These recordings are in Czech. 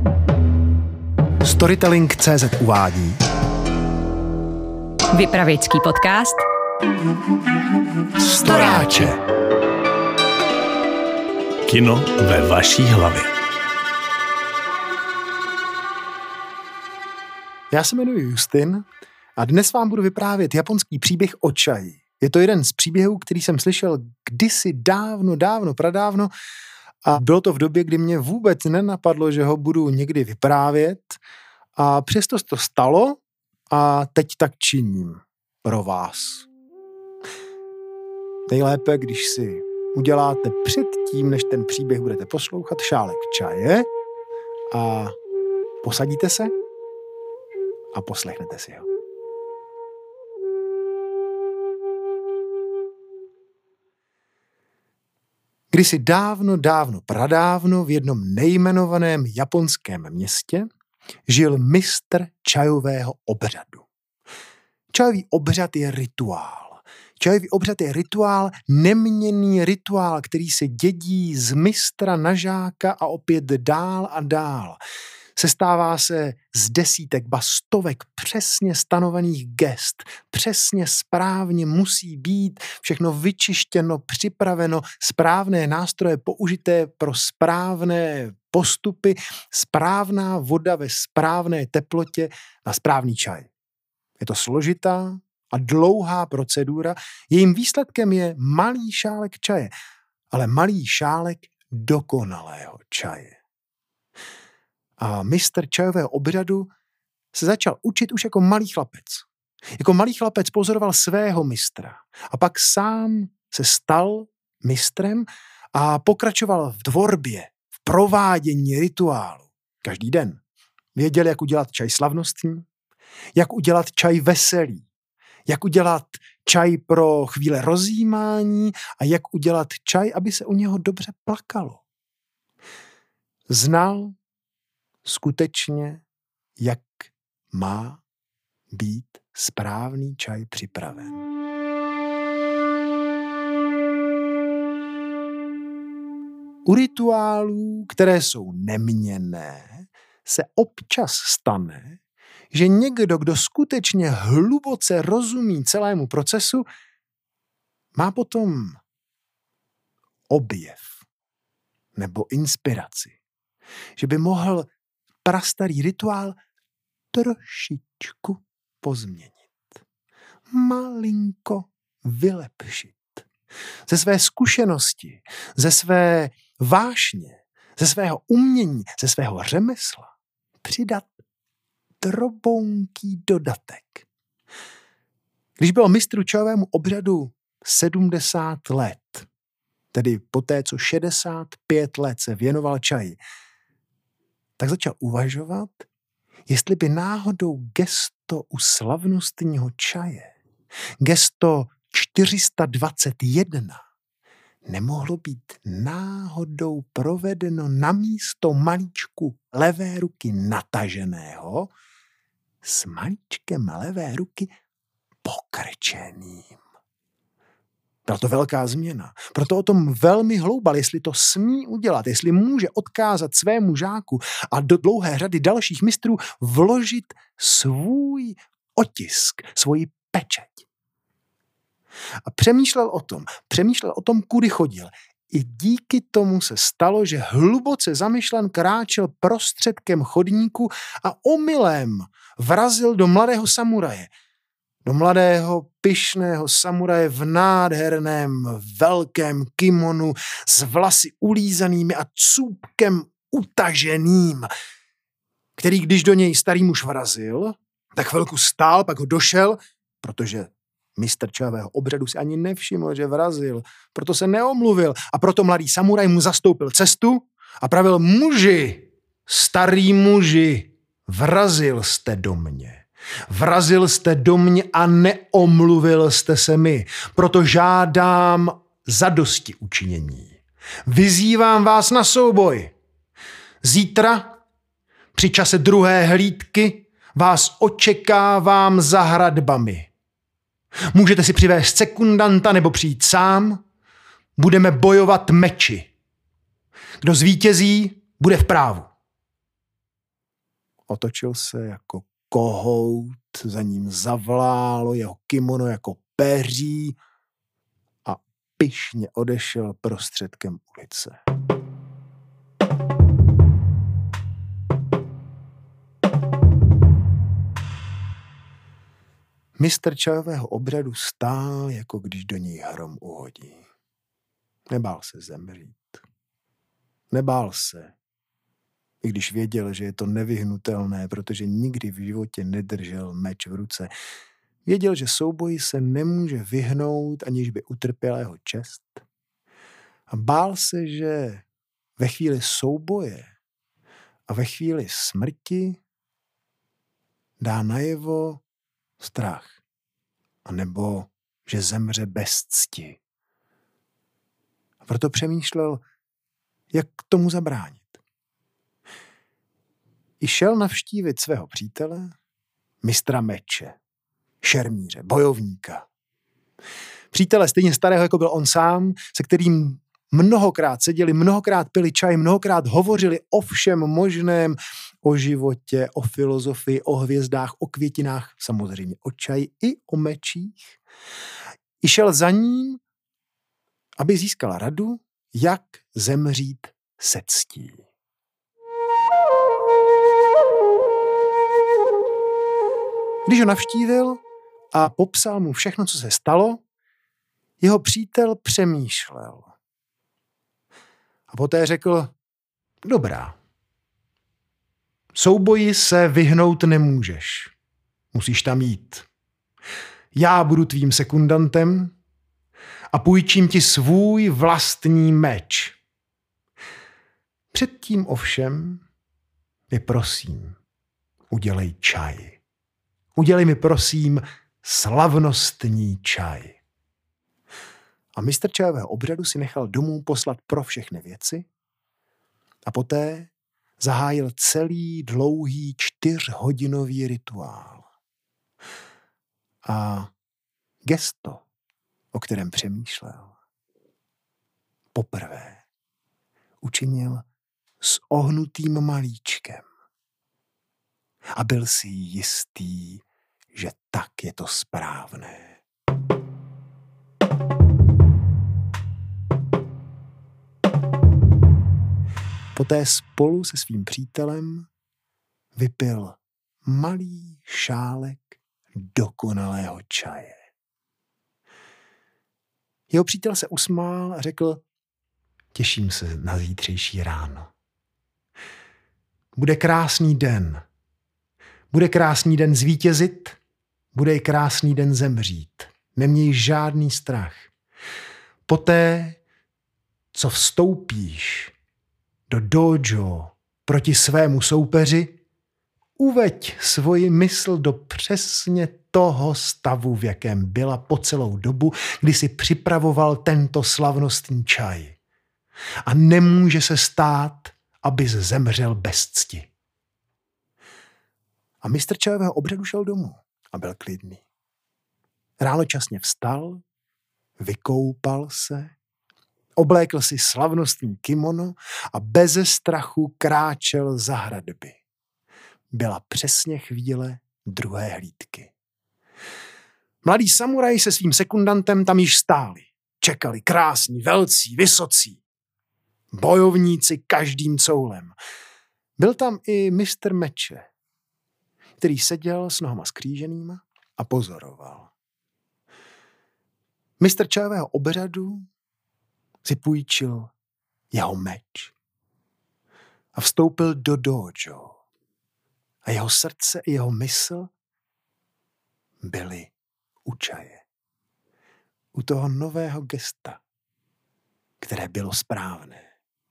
Storytelling.cz uvádí Vypravěčský podcast Storáče. Kino ve vaší hlavě. Já se jmenuji Justin a dnes vám budu vyprávět japonský příběh o čaji. Je to jeden z příběhů, který jsem slyšel kdysi pradávno a bylo to v době, kdy mě vůbec nenapadlo, že ho budu někdy vyprávět a přesto to stalo a teď tak činím pro vás. Nejlépe, když si uděláte předtím, než ten příběh budete poslouchat, šálek čaje a posadíte se a poslechnete si ho. Kdysi pradávno v jednom nejmenovaném japonském městě žil mistr čajového obřadu. Čajový obřad je rituál. Čajový obřad je rituál, neměnný rituál, který se dědí z mistra na žáka a opět dál a dál. Sestává se z desítek, ba stovek přesně stanovených gest. Přesně správně musí být všechno vyčištěno, připraveno, správné nástroje použité pro správné postupy, správná voda ve správné teplotě na správný čaj. Je to složitá a dlouhá procedura. Jejím výsledkem je malý šálek čaje, ale malý šálek dokonalého čaje. A mistr čajového obřadu se začal učit už jako malý chlapec. Jako malý chlapec pozoroval svého mistra a pak sám se stal mistrem a pokračoval v tvorbě, v provádění rituálu. Každý den věděl, jak udělat čaj slavnostní, jak udělat čaj veselý, jak udělat čaj pro chvíle rozjímání a jak udělat čaj, aby se u něho dobře plakalo. Znal skutečně, jak má být správný čaj připraven. U rituálů, které jsou neměnné, se občas stane, že někdo, kdo skutečně hluboce rozumí celému procesu, má potom objev nebo inspiraci, že by mohl prastarý rituál trošičku pozměnit. Malinko vylepšit. Ze své zkušenosti, ze své vášně, ze svého umění, ze svého řemesla přidat drobounký dodatek. Když bylo mistru čajovému obřadu 70 let, tedy poté, co 65 let se věnoval čaji, tak začal uvažovat, jestli by náhodou gesto u slavnostního čaje, gesto 421, nemohlo být náhodou provedeno na místo malíčku levé ruky nataženého s malíčkem levé ruky pokrčeným. Byla to velká změna. Proto o tom velmi hloubal, jestli to smí udělat, jestli může odkázat svému žáku a do dlouhé řady dalších mistrů vložit svůj otisk, svoji pečeť. A přemýšlel o tom, kudy chodil. I díky tomu se stalo, že hluboce zamyšlen kráčel prostředkem chodníku a omylem vrazil do mladého samuraje. Do mladého, pyšného samuraje v nádherném, velkém kimonu s vlasy ulízanými a cůpkem utaženým, který, když do něj starý muž vrazil, tak chvilku stál, pak ho došel, protože mistr čajového obřadu si ani nevšiml, že vrazil, proto se neomluvil a proto mladý samuraj mu zastoupil cestu a pravil: muži, starý muži, vrazil jste do mě. Vrazil jste do mě a neomluvil jste se mi, proto žádám zadosti učinění. Vyzývám vás na souboj. Zítra, při čase druhé hlídky, vás očekávám za hradbami. Můžete si přivést sekundanta nebo přijít sám. Budeme bojovat meči. Kdo zvítězí, bude v právu. Otočil se jako kohout, za ním zavlálo jeho kimono jako peří a pyšně odešel prostředkem ulice. Mistr čajového obřadu stál, jako když do něj hrom uhodí. Nebál se zemřít. Nebál se, i když věděl, že je to nevyhnutelné, protože nikdy v životě nedržel meč v ruce. Věděl, že souboji se nemůže vyhnout, aniž by utrpěl jeho čest. A bál se, že ve chvíli souboje a ve chvíli smrti dá najevo strach, anebo že zemře bez cti. A proto přemýšlel, jak tomu zabránit. I šel navštívit svého přítele, mistra meče, šermíře, bojovníka. Přítele stejně starého, jako byl on sám, se kterým mnohokrát seděli, mnohokrát pili čaj, mnohokrát hovořili o všem možném, o životě, o filozofii, o hvězdách, o květinách, samozřejmě o čaji i o mečích. I šel za ním, aby získal radu, jak zemřít se ctí. Když ho navštívil a popsal mu všechno, co se stalo, jeho přítel přemýšlel. A poté řekl, dobrá, souboji se vyhnout nemůžeš. Musíš tam jít. Já budu tvým sekundantem a půjčím ti svůj vlastní meč. Předtím ovšem mi prosím, udělej čaj. Udělej mi prosím slavnostní čaj. A mistr čajového obřadu si nechal domů poslat pro všechny věci a poté zahájil celý dlouhý 4hodinový rituál. A gesto, o kterém přemýšlel, poprvé učinil s ohnutým malíčkem. A byl si jistý, že tak je to správné. Poté spolu se svým přítelem vypil malý šálek dokonalého čaje. Jeho přítel se usmál a řekl, těším se na zítřejší ráno. Bude krásný den. Bude krásný den zvítězit, bude i krásný den zemřít. Neměj žádný strach. Poté, co vstoupíš do dojo proti svému soupeři, uveď svoji mysl do přesně toho stavu, v jakém byla po celou dobu, kdy si připravoval tento slavnostní čaj. A nemůže se stát, abys zemřel bez cti. A mistr čajového obřadu šel domů a byl klidný. Ráno časně vstal, vykoupal se, oblékl si slavnostní kimono a beze strachu kráčel za hradby. Byla přesně chvíle druhé hlídky. Mladý samuraj se svým sekundantem tam již stáli. Čekali krásní, velcí, vysocí. Bojovníci každým coulem. Byl tam i mistr meče, který seděl s nohama skříženýma a pozoroval. Mistr čajového obřadu si půjčil jeho meč a vstoupil do dojo. A jeho srdce i jeho mysl byly u čaje. U toho nového gesta, které bylo správné.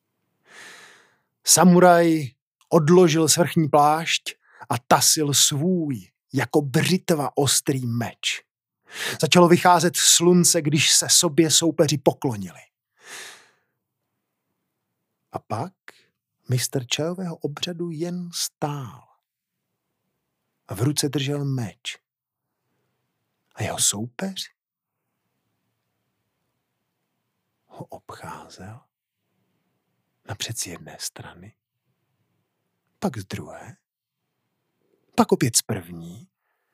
Samuraj odložil svrchní plášť a tasil svůj jako břitva ostrý meč. Začalo vycházet slunce, když se sobě soupeři poklonili. A pak mistr čajového obřadu jen stál a v ruce držel meč. A jeho soupeř ho obcházel napřed z jedné strany, pak z druhé pak opět z první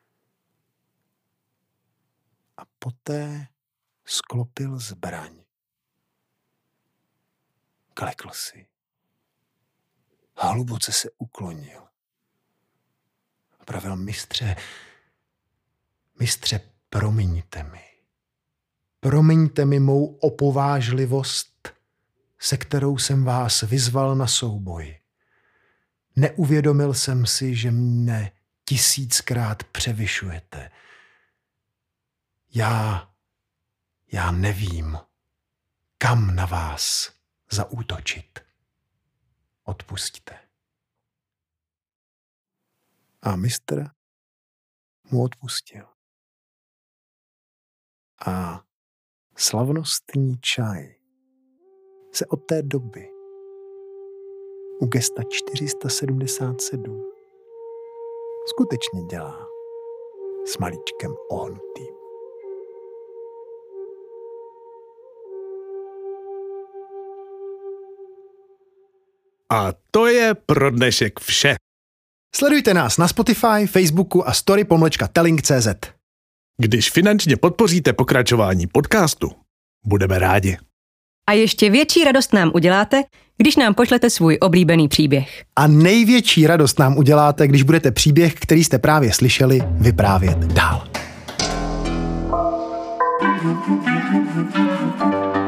a poté sklopil zbraň. Klekl si. Hluboce se uklonil. Pravil: mistře, promiňte mi. Promiňte mi mou opovážlivost, se kterou jsem vás vyzval na souboj. Neuvědomil jsem si, že mne 1000krát převyšujete. Já nevím, kam na vás zaútočit. Odpusťte. A mistr mu odpustil. A slavnostní čaj se od té doby u gesta 477 skutečně dělá s malíčkem ohnutým. A to je pro dnešek vše. Sledujte nás na Spotify, Facebooku a story.telling.cz. Když finančně podpoříte pokračování podcastu, budeme rádi. A ještě větší radost nám uděláte, když nám pošlete svůj oblíbený příběh. A největší radost nám uděláte, když budete příběh, který jste právě slyšeli, vyprávět dál.